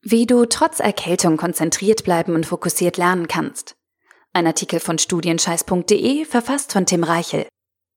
Wie du trotz Erkältung konzentriert bleiben und fokussiert lernen kannst. Ein Artikel von studienscheiß.de, verfasst von Tim Reichel.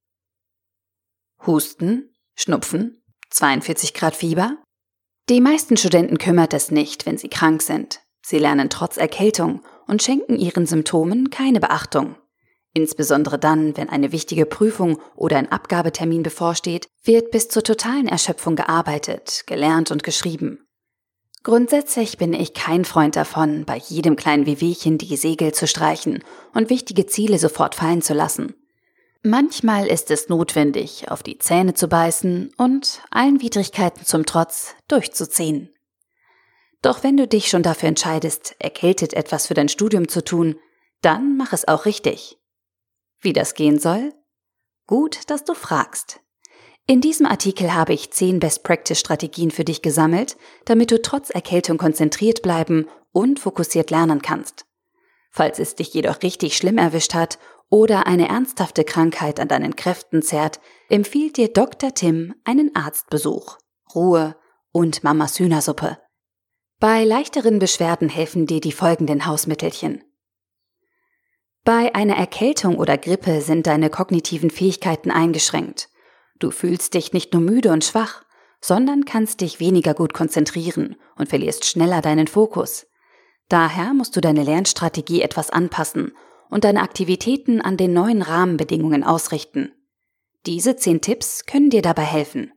Husten, Schnupfen, 42 Grad Fieber? Die meisten Studenten kümmert es nicht, wenn sie krank sind. Sie lernen trotz Erkältung und schenken ihren Symptomen keine Beachtung. Insbesondere dann, wenn eine wichtige Prüfung oder ein Abgabetermin bevorsteht, wird bis zur totalen Erschöpfung gearbeitet, gelernt und geschrieben. Grundsätzlich bin ich kein Freund davon, bei jedem kleinen Wehwehchen die Segel zu streichen und wichtige Ziele sofort fallen zu lassen. Manchmal ist es notwendig, auf die Zähne zu beißen und, allen Widrigkeiten zum Trotz, durchzuziehen. Doch wenn du dich schon dafür entscheidest, erkältet etwas für dein Studium zu tun, dann mach es auch richtig. Wie das gehen soll? Gut, dass du fragst. In diesem Artikel habe ich 10 Best-Practice-Strategien für dich gesammelt, damit du trotz Erkältung konzentriert bleiben und fokussiert lernen kannst. Falls es dich jedoch richtig schlimm erwischt hat oder eine ernsthafte Krankheit an deinen Kräften zerrt, empfiehlt dir Dr. Tim einen Arztbesuch, Ruhe und Mamas Hühnersuppe. Bei leichteren Beschwerden helfen dir die folgenden Hausmittelchen. Bei einer Erkältung oder Grippe sind deine kognitiven Fähigkeiten eingeschränkt. Du fühlst dich nicht nur müde und schwach, sondern kannst dich weniger gut konzentrieren und verlierst schneller deinen Fokus. Daher musst du deine Lernstrategie etwas anpassen und deine Aktivitäten an den neuen Rahmenbedingungen ausrichten. Diese 10 Tipps können dir dabei helfen.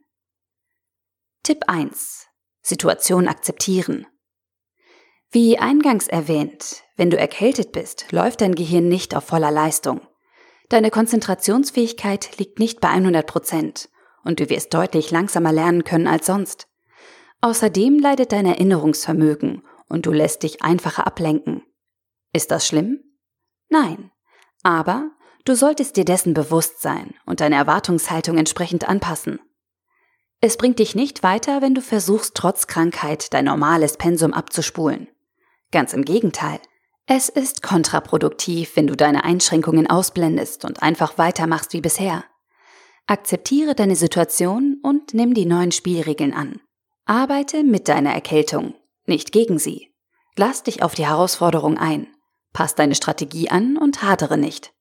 Tipp 1. Situation akzeptieren. Wie eingangs erwähnt, wenn du erkältet bist, läuft dein Gehirn nicht auf voller Leistung. Deine Konzentrationsfähigkeit liegt nicht bei 100% und du wirst deutlich langsamer lernen können als sonst. Außerdem leidet dein Erinnerungsvermögen und du lässt dich einfacher ablenken. Ist das schlimm? Nein, aber du solltest dir dessen bewusst sein und deine Erwartungshaltung entsprechend anpassen. Es bringt dich nicht weiter, wenn du versuchst, trotz Krankheit dein normales Pensum abzuspulen. Ganz im Gegenteil. Es ist kontraproduktiv, wenn du deine Einschränkungen ausblendest und einfach weitermachst wie bisher. Akzeptiere deine Situation und nimm die neuen Spielregeln an. Arbeite mit deiner Erkältung, nicht gegen sie. Lass dich auf die Herausforderung ein. Pass deine Strategie an und hadere nicht.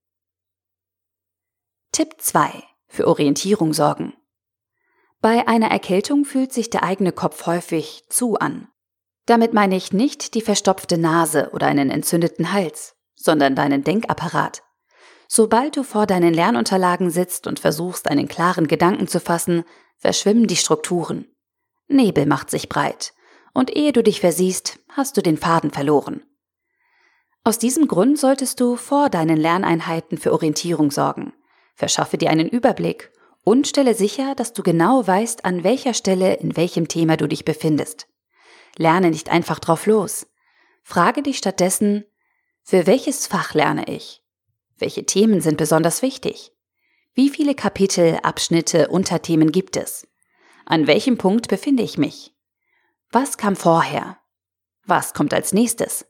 Tipp 2. Für Orientierung sorgen. Bei einer Erkältung fühlt sich der eigene Kopf häufig zu an. Damit meine ich nicht die verstopfte Nase oder einen entzündeten Hals, sondern deinen Denkapparat. Sobald du vor deinen Lernunterlagen sitzt und versuchst, einen klaren Gedanken zu fassen, verschwimmen die Strukturen. Nebel macht sich breit und ehe du dich versiehst, hast du den Faden verloren. Aus diesem Grund solltest du vor deinen Lerneinheiten für Orientierung sorgen. Verschaffe dir einen Überblick und stelle sicher, dass du genau weißt, an welcher Stelle in welchem Thema du dich befindest. Lerne nicht einfach drauf los. Frage dich stattdessen, für welches Fach lerne ich? Welche Themen sind besonders wichtig? Wie viele Kapitel, Abschnitte, Unterthemen gibt es? An welchem Punkt befinde ich mich? Was kam vorher? Was kommt als nächstes?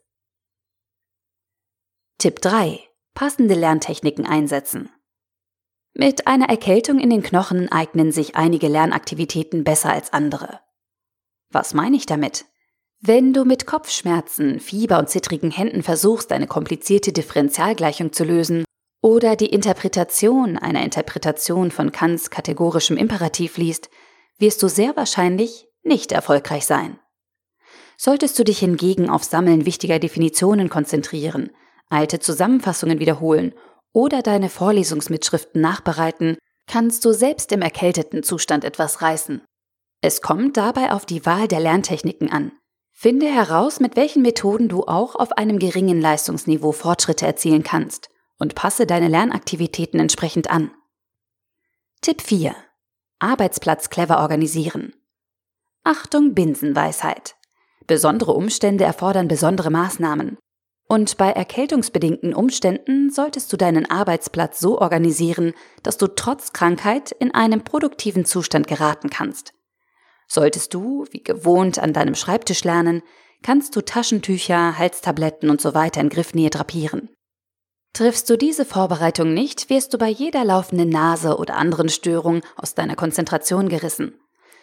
Tipp 3. Passende Lerntechniken einsetzen. Mit einer Erkältung in den Knochen eignen sich einige Lernaktivitäten besser als andere. Was meine ich damit? Wenn du mit Kopfschmerzen, Fieber und zittrigen Händen versuchst, eine komplizierte Differentialgleichung zu lösen oder die Interpretation einer Interpretation von Kants kategorischem Imperativ liest, wirst du sehr wahrscheinlich nicht erfolgreich sein. Solltest du dich hingegen auf Sammeln wichtiger Definitionen konzentrieren, alte Zusammenfassungen wiederholen oder deine Vorlesungsmitschriften nachbereiten, kannst du selbst im erkälteten Zustand etwas reißen. Es kommt dabei auf die Wahl der Lerntechniken an. Finde heraus, mit welchen Methoden du auch auf einem geringen Leistungsniveau Fortschritte erzielen kannst und passe deine Lernaktivitäten entsprechend an. Tipp 4. Arbeitsplatz clever organisieren. Achtung, Binsenweisheit. Besondere Umstände erfordern besondere Maßnahmen. Und bei erkältungsbedingten Umständen solltest du deinen Arbeitsplatz so organisieren, dass du trotz Krankheit in einen produktiven Zustand geraten kannst. Solltest du, wie gewohnt, an deinem Schreibtisch lernen, kannst du Taschentücher, Halstabletten usw. in Griffnähe drapieren. Triffst du diese Vorbereitung nicht, wirst du bei jeder laufenden Nase oder anderen Störung aus deiner Konzentration gerissen.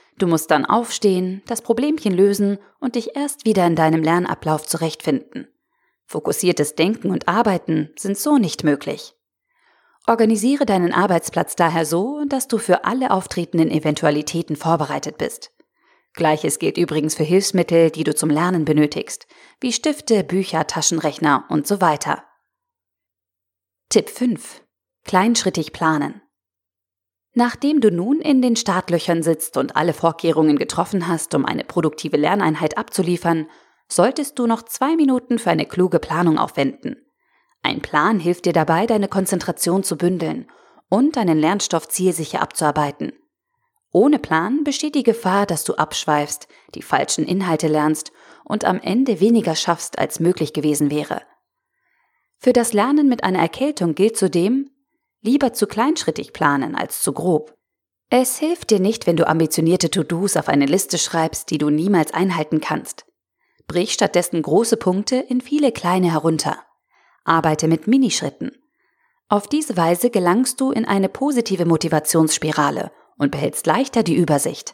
Du musst dann aufstehen, das Problemchen lösen und dich erst wieder in deinem Lernablauf zurechtfinden. Fokussiertes Denken und Arbeiten sind so nicht möglich. Organisiere deinen Arbeitsplatz daher so, dass du für alle auftretenden Eventualitäten vorbereitet bist. Gleiches gilt übrigens für Hilfsmittel, die du zum Lernen benötigst, wie Stifte, Bücher, Taschenrechner und so weiter. Tipp 5. Kleinschrittig planen. Nachdem du nun in den Startlöchern sitzt und alle Vorkehrungen getroffen hast, um eine produktive Lerneinheit abzuliefern, solltest du noch 2 Minuten für eine kluge Planung aufwenden. Ein Plan hilft dir dabei, deine Konzentration zu bündeln und deinen Lernstoff zielsicher abzuarbeiten. Ohne Plan besteht die Gefahr, dass du abschweifst, die falschen Inhalte lernst und am Ende weniger schaffst, als möglich gewesen wäre. Für das Lernen mit einer Erkältung gilt zudem, lieber zu kleinschrittig planen als zu grob. Es hilft dir nicht, wenn du ambitionierte To-Dos auf eine Liste schreibst, die du niemals einhalten kannst. Brich stattdessen große Punkte in viele kleine herunter. Arbeite mit Minischritten. Auf diese Weise gelangst du in eine positive Motivationsspirale und behältst leichter die Übersicht.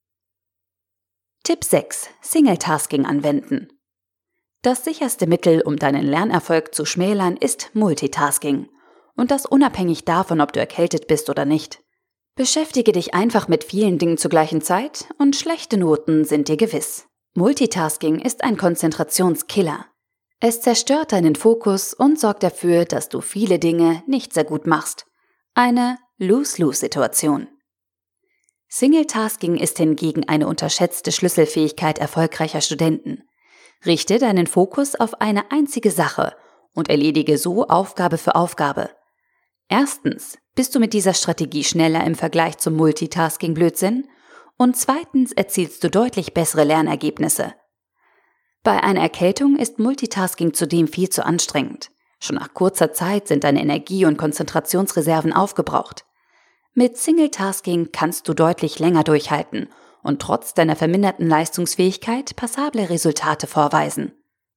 Tipp 6. Single-Tasking anwenden. Das sicherste Mittel, um deinen Lernerfolg zu schmälern, ist Multitasking. Und das unabhängig davon, ob du erkältet bist oder nicht. Beschäftige dich einfach mit vielen Dingen zur gleichen Zeit und schlechte Noten sind dir gewiss. Multitasking ist ein Konzentrationskiller. Es zerstört deinen Fokus und sorgt dafür, dass du viele Dinge nicht sehr gut machst. Eine Lose-Lose-Situation. Single-Tasking ist hingegen eine unterschätzte Schlüsselfähigkeit erfolgreicher Studenten. Richte deinen Fokus auf eine einzige Sache und erledige so Aufgabe für Aufgabe. Erstens bist du mit dieser Strategie schneller im Vergleich zum Multitasking-Blödsinn und zweitens erzielst du deutlich bessere Lernergebnisse. Bei einer Erkältung ist Multitasking zudem viel zu anstrengend. Schon nach kurzer Zeit sind deine Energie- und Konzentrationsreserven aufgebraucht. Mit Single-Tasking kannst du deutlich länger durchhalten und trotz deiner verminderten Leistungsfähigkeit passable Resultate vorweisen.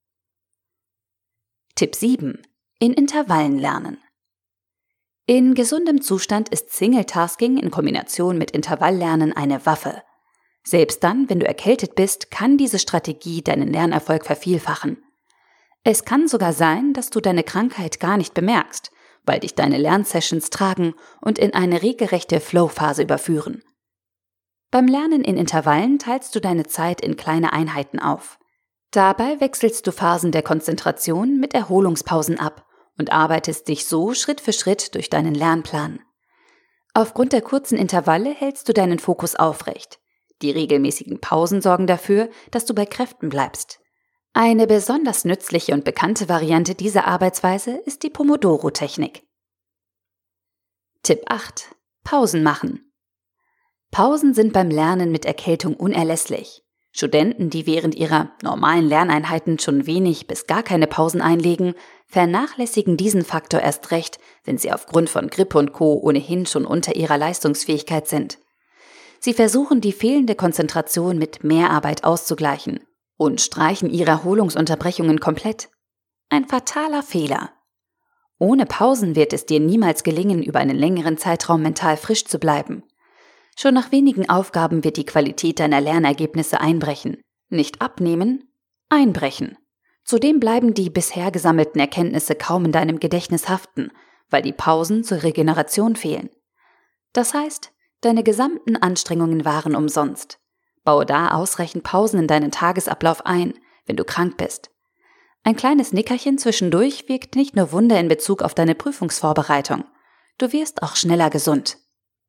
Tipp 7. In Intervallen lernen. In gesundem Zustand ist Single-Tasking in Kombination mit Intervalllernen eine Waffe. Selbst dann, wenn du erkältet bist, kann diese Strategie deinen Lernerfolg vervielfachen. Es kann sogar sein, dass du deine Krankheit gar nicht bemerkst, weil dich deine Lernsessions tragen und in eine regelrechte Flow-Phase überführen. Beim Lernen in Intervallen teilst du deine Zeit in kleine Einheiten auf. Dabei wechselst du Phasen der Konzentration mit Erholungspausen ab und arbeitest dich so Schritt für Schritt durch deinen Lernplan. Aufgrund der kurzen Intervalle hältst du deinen Fokus aufrecht. Die regelmäßigen Pausen sorgen dafür, dass du bei Kräften bleibst. Eine besonders nützliche und bekannte Variante dieser Arbeitsweise ist die Pomodoro-Technik. Tipp 8. Pausen machen. Pausen sind beim Lernen mit Erkältung unerlässlich. Studenten, die während ihrer normalen Lerneinheiten schon wenig bis gar keine Pausen einlegen, vernachlässigen diesen Faktor erst recht, wenn sie aufgrund von Grippe und Co. ohnehin schon unter ihrer Leistungsfähigkeit sind. Sie versuchen, die fehlende Konzentration mit Mehrarbeit auszugleichen und streichen ihre Erholungsunterbrechungen komplett. Ein fataler Fehler. Ohne Pausen wird es dir niemals gelingen, über einen längeren Zeitraum mental frisch zu bleiben. Schon nach wenigen Aufgaben wird die Qualität deiner Lernergebnisse einbrechen. Nicht abnehmen, einbrechen. Zudem bleiben die bisher gesammelten Erkenntnisse kaum in deinem Gedächtnis haften, weil die Pausen zur Regeneration fehlen. Das heißt, deine gesamten Anstrengungen waren umsonst. Baue da ausreichend Pausen in deinen Tagesablauf ein, wenn du krank bist. Ein kleines Nickerchen zwischendurch wirkt nicht nur Wunder in Bezug auf deine Prüfungsvorbereitung. Du wirst auch schneller gesund.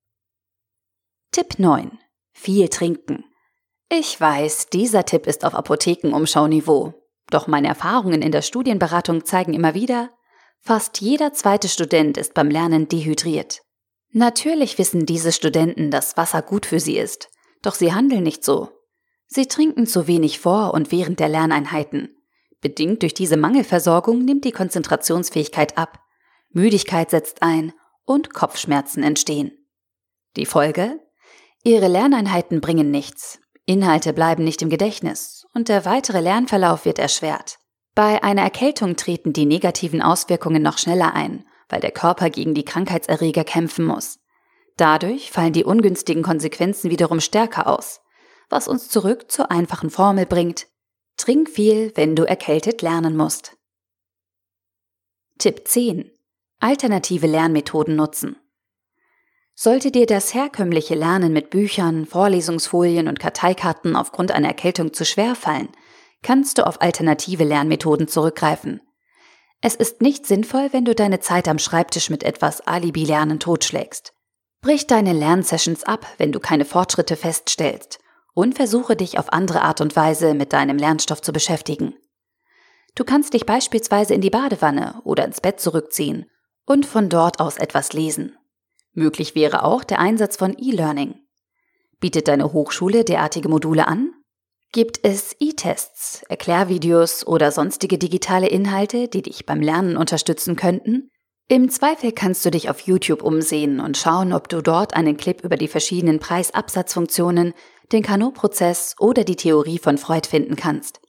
Tipp 9. Viel trinken. Ich weiß, dieser Tipp ist auf Apothekenumschau-Niveau. Doch meine Erfahrungen in der Studienberatung zeigen immer wieder, fast jeder zweite Student ist beim Lernen dehydriert. Natürlich wissen diese Studenten, dass Wasser gut für sie ist, doch sie handeln nicht so. Sie trinken zu wenig vor und während der Lerneinheiten. Bedingt durch diese Mangelversorgung nimmt die Konzentrationsfähigkeit ab, Müdigkeit setzt ein und Kopfschmerzen entstehen. Die Folge? Ihre Lerneinheiten bringen nichts, Inhalte bleiben nicht im Gedächtnis und der weitere Lernverlauf wird erschwert. Bei einer Erkältung treten die negativen Auswirkungen noch schneller ein, weil der Körper gegen die Krankheitserreger kämpfen muss. Dadurch fallen die ungünstigen Konsequenzen wiederum stärker aus, was uns zurück zur einfachen Formel bringt: Trink viel, wenn du erkältet lernen musst. Tipp 10. Alternative Lernmethoden nutzen. Sollte dir das herkömmliche Lernen mit Büchern, Vorlesungsfolien und Karteikarten aufgrund einer Erkältung zu schwer fallen, kannst du auf alternative Lernmethoden zurückgreifen. Es ist nicht sinnvoll, wenn du deine Zeit am Schreibtisch mit etwas Alibi-Lernen totschlägst. Brich deine Lernsessions ab, wenn du keine Fortschritte feststellst, und versuche dich auf andere Art und Weise mit deinem Lernstoff zu beschäftigen. Du kannst dich beispielsweise in die Badewanne oder ins Bett zurückziehen und von dort aus etwas lesen. Möglich wäre auch der Einsatz von E-Learning. Bietet deine Hochschule derartige Module an? Gibt es E-Tests, Erklärvideos oder sonstige digitale Inhalte, die dich beim Lernen unterstützen könnten? Im Zweifel kannst du dich auf YouTube umsehen und schauen, ob du dort einen Clip über die verschiedenen Preis-Absatz-Funktionen, den Carnot-Prozess oder die Theorie von Freud finden kannst.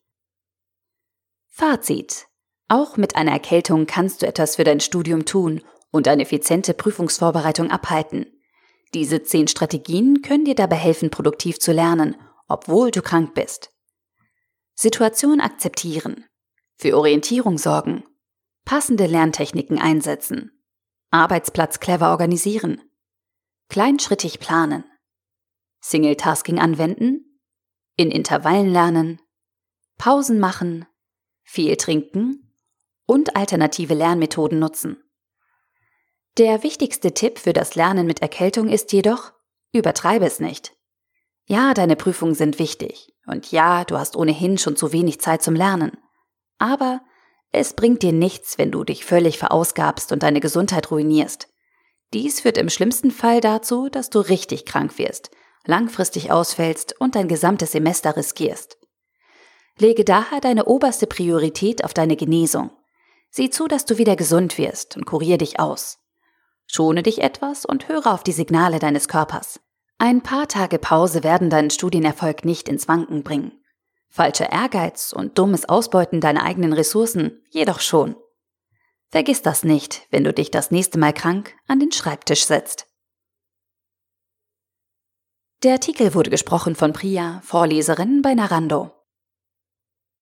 Fazit: Auch mit einer Erkältung kannst du etwas für dein Studium tun und eine effiziente Prüfungsvorbereitung abhalten. Diese 10 Strategien können dir dabei helfen, produktiv zu lernen, obwohl du krank bist. Situation akzeptieren. Für Orientierung sorgen. Passende Lerntechniken einsetzen. Arbeitsplatz clever organisieren. Kleinschrittig planen. Single-Tasking anwenden. In Intervallen lernen. Pausen machen. Viel trinken. Und alternative Lernmethoden nutzen. Der wichtigste Tipp für das Lernen mit Erkältung ist jedoch: Übertreibe es nicht. Ja, deine Prüfungen sind wichtig. Und ja, du hast ohnehin schon zu wenig Zeit zum Lernen. Aber es bringt dir nichts, wenn du dich völlig verausgabst und deine Gesundheit ruinierst. Dies führt im schlimmsten Fall dazu, dass du richtig krank wirst, langfristig ausfällst und dein gesamtes Semester riskierst. Lege daher deine oberste Priorität auf deine Genesung. Sieh zu, dass du wieder gesund wirst und kurier dich aus. Schone dich etwas und höre auf die Signale deines Körpers. Ein paar Tage Pause werden deinen Studienerfolg nicht ins Wanken bringen. Falscher Ehrgeiz und dummes Ausbeuten deiner eigenen Ressourcen jedoch schon. Vergiss das nicht, wenn du dich das nächste Mal krank an den Schreibtisch setzt. Der Artikel wurde gesprochen von Priya, Vorleserin bei Narando.